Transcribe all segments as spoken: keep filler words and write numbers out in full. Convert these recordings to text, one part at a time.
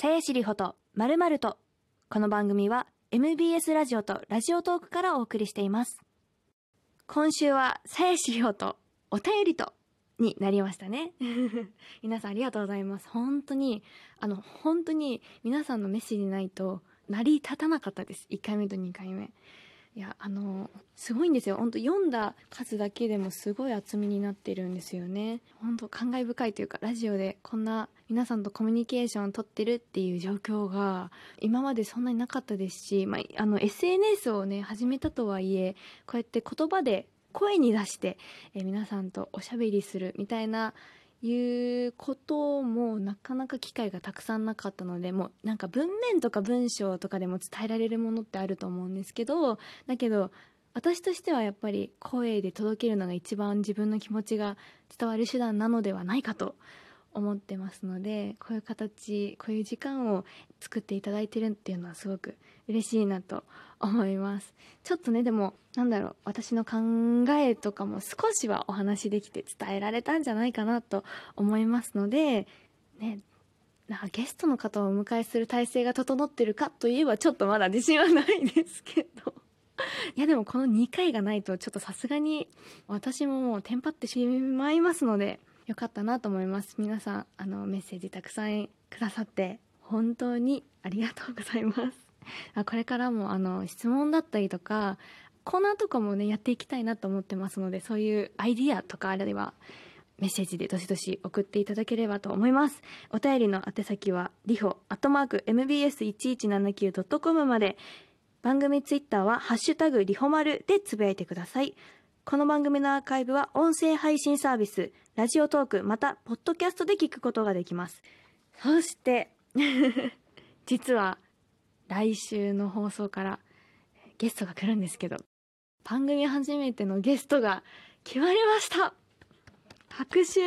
さやしりほとまるまると。この番組は エムビーエス ラジオとラジオトークからお送りしています。今週はさやしりほとお便りとになりましたね皆さんありがとうございます。本当にあの本当に皆さんのメッセージないと成り立たなかったです。いっかいめとにかいめ。いやあのすごいんですよ。本当読んだ数だけでもすごい厚みになってるんですよね。本当感慨深いというか、ラジオでこんな皆さんとコミュニケーションを取ってるっていう状況が今までそんなになかったですし、まあ、あの エスエヌエス をね始めたとはいえ、こうやって言葉で声に出して、えー皆さんとおしゃべりするみたいないうこともなかなか機会がたくさんなかったので、もうなんか文面とか文章とかでも伝えられるものってあると思うんですけど、だけど私としてはやっぱり声で届けるのが一番自分の気持ちが伝わる手段なのではないかと思ってますので、こういう形、こういう時間を作っていただいてるっていうのはすごく嬉しいなと思います。ちょっとね、でもなんだろう、私の考えとかも少しはお話できて伝えられたんじゃないかなと思いますのでね。なんかゲストの方をお迎えする体制が整ってるかといえばちょっとまだ自信はないですけどいやでもこのにかいがないとちょっとさすがに私ももうテンパってしまいますので、よかったなと思います。皆さんあのメッセージたくさんくださって本当にありがとうございますあこれからもあの質問だったりとかコーナーとかもねやっていきたいなと思ってますので、そういうアイディアとかあればメッセージでどしどし送っていただければと思います。お便りの宛先はリホアットマーク エムビーエスいちいちななきゅうドットコム まで。番組ツイッターはハッシュタグリホマルでつぶやいてください。この番組のアーカイブは音声配信サービスラジオトークまたポッドキャストで聞くことができます。そして実は来週の放送からゲストが来るんですけど、番組初めてのゲストが決まりました。拍手。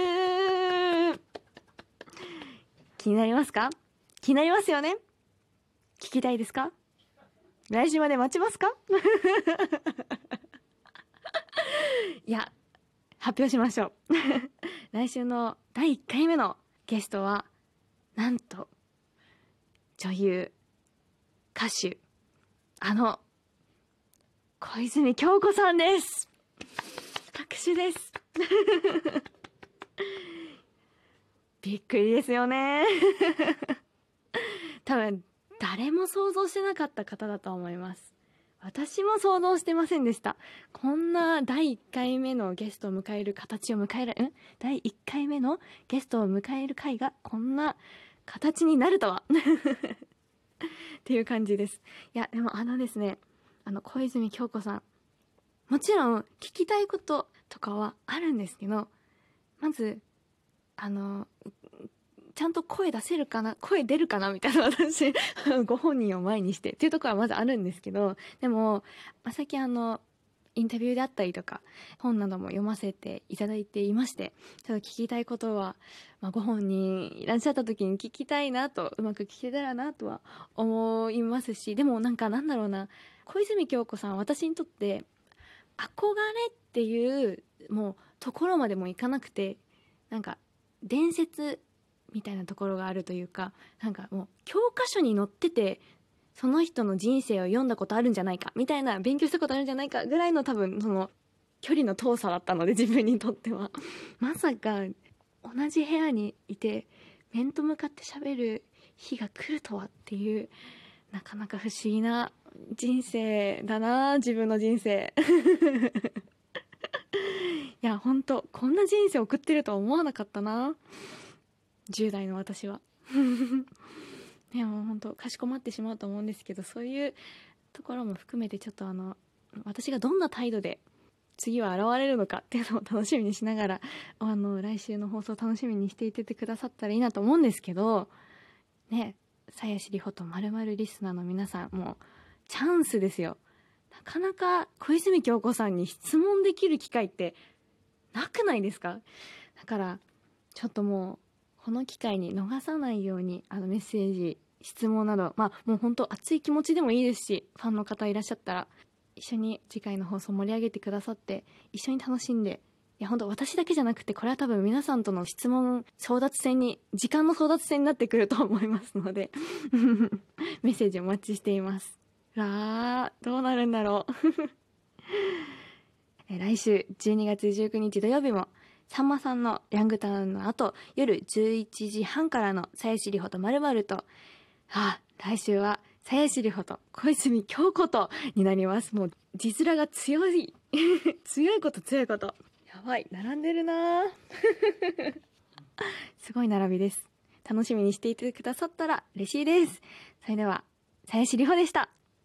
気になりますか？気になりますよね。聞きたいですか？来週まで待ちますか？いや発表しましょう来週のだいいっかいめのゲストはなんと女優歌手あの小泉今日子さんです。拍手ですびっくりですよね多分誰も想像してなかった方だと思います。私も想像してませんでした。こんなだいいっかいめのゲストを迎える形を迎えるんだいいっかいめのゲストを迎える回がこんな形になるとはっていう感じです。いやでもあのですね、あの小泉今日子さん、もちろん聞きたいこととかはあるんですけど、まずあのちゃんと声出せるかな、声出るかなみたいな、私ご本人を前にしてっていうところはまずあるんですけど、でも最近あのインタビューであったりとか本なども読ませていただいていまして、ちょっと聞きたいことは、まあ、ご本人いらっしゃった時に聞きたいなと、うまく聞けたらなとは思いますし、でもなんかなんだろうな、小泉今日子さん私にとって憧れっていうもうところまでもいかなくて、なんか伝説みたいなところがあるというか、なんかもう教科書に載っててその人の人生を読んだことあるんじゃないかみたいな、勉強したことあるんじゃないかぐらいの多分その距離の遠さだったので、自分にとってはまさか同じ部屋にいて面と向かって喋る日が来るとはっていう、なかなか不思議な人生だな自分の人生いや本当こんな人生送ってるとは思わなかったな、じゅう代の私はね、もう本当かしこまってしまうと思うんですけど、そういうところも含めてちょっとあの私がどんな態度で次は現れるのかっていうのを楽しみにしながら、あの来週の放送楽しみにしていててくださったらいいなと思うんですけどね。さやしりほとまるまるリスナーの皆さん、もうチャンスですよ。なかなか小泉今日子さんに質問できる機会ってなくないですか？だからちょっともうこの機会に逃さないように、あのメッセージ質問など、まあもう本当熱い気持ちでもいいですし、ファンの方いらっしゃったら一緒に次回の放送盛り上げてくださって、一緒に楽しんでいや本当私だけじゃなくて、これは多分皆さんとの質問争奪戦に、時間の争奪戦になってくると思いますのでメッセージお待ちしています。うわー、どうなるんだろう来週じゅうにがつじゅうくにち土曜日もさんまさんのヤングタウンの後、夜じゅういちじはんからの鞘師里穂とまるまると、あ、来週は鞘師里穂と小泉今日子とになります。もう字面が強い強いこと強いこと、やばい、並んでるなすごい並びです。楽しみにしていてくださったら嬉しいです。それでは鞘師里穂でした。